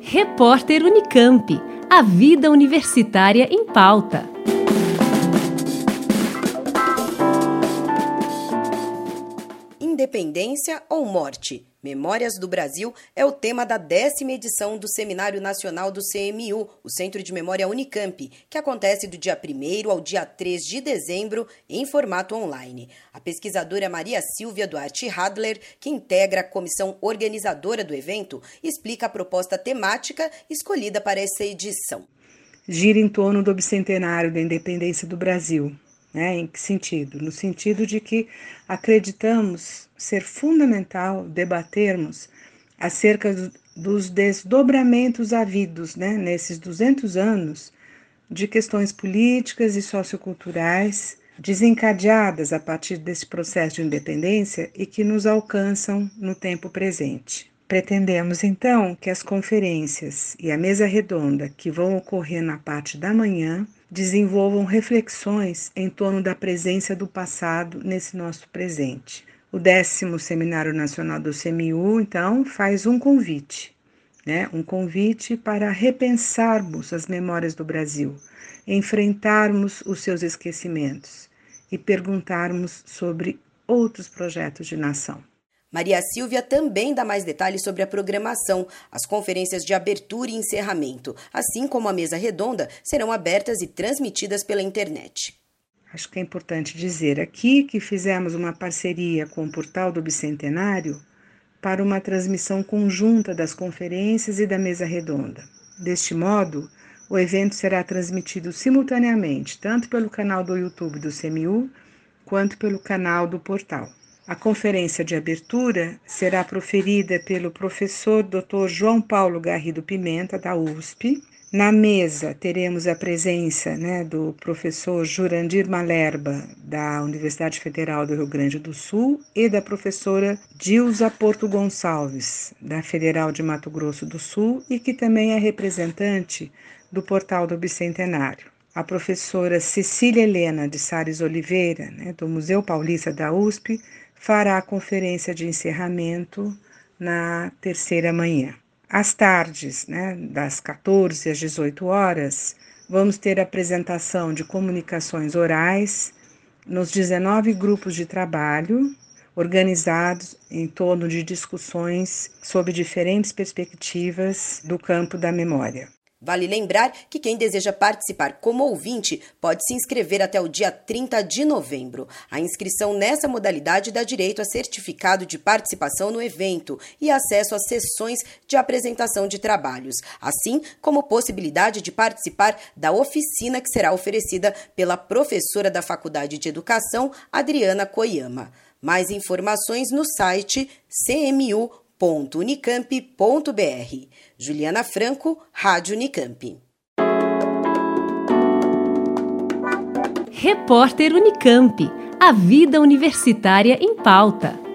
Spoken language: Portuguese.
Repórter Unicamp. A vida universitária em pauta. Independência ou morte? Memórias do Brasil é o tema da 10ª edição do Seminário Nacional do CMU, o Centro de Memória Unicamp, que acontece do dia 1º ao dia 3 de dezembro em formato online. A pesquisadora Maria Silvia Duarte Hadler, que integra a comissão organizadora do evento, explica a proposta temática escolhida para essa edição. Gira em torno do bicentenário da independência do Brasil. Em que sentido? No sentido de que acreditamos ser fundamental debatermos acerca dos desdobramentos havidos nesses 200 anos de questões políticas e socioculturais desencadeadas a partir desse processo de independência e que nos alcançam no tempo presente. Pretendemos, então, que as conferências e a mesa redonda que vão ocorrer na parte da manhã desenvolvam reflexões em torno da presença do passado nesse nosso presente. O 10º Seminário Nacional do CMU, então, faz um convite para repensarmos as memórias do Brasil, enfrentarmos os seus esquecimentos e perguntarmos sobre outros projetos de nação. Maria Silvia também dá mais detalhes sobre a programação. As conferências de abertura e encerramento, assim como a mesa redonda, serão abertas e transmitidas pela internet. Acho que é importante dizer aqui que fizemos uma parceria com o Portal do Bicentenário para uma transmissão conjunta das conferências e da mesa redonda. Deste modo, o evento será transmitido simultaneamente, tanto pelo canal do YouTube do CMU, quanto pelo canal do portal. A conferência de abertura será proferida pelo professor Dr. João Paulo Garrido Pimenta, da USP. Na mesa teremos a presença do professor Jurandir Malerba, da Universidade Federal do Rio Grande do Sul, e da professora Dilza Porto Gonçalves, da Federal de Mato Grosso do Sul, e que também é representante do Portal do Bicentenário. A professora Cecília Helena de Sares Oliveira, do Museu Paulista da USP, fará a conferência de encerramento na terceira manhã. Às tardes, das 14 às 18 horas, vamos ter a apresentação de comunicações orais nos 19 grupos de trabalho, organizados em torno de discussões sobre diferentes perspectivas do campo da memória. Vale lembrar que quem deseja participar como ouvinte pode se inscrever até o dia 30 de novembro. A inscrição nessa modalidade dá direito a certificado de participação no evento e acesso às sessões de apresentação de trabalhos, assim como possibilidade de participar da oficina que será oferecida pela professora da Faculdade de Educação, Adriana Koyama. Mais informações no site cmu.unicamp.br. Juliana Franco, Rádio Unicamp. Repórter Unicamp. A vida universitária em pauta.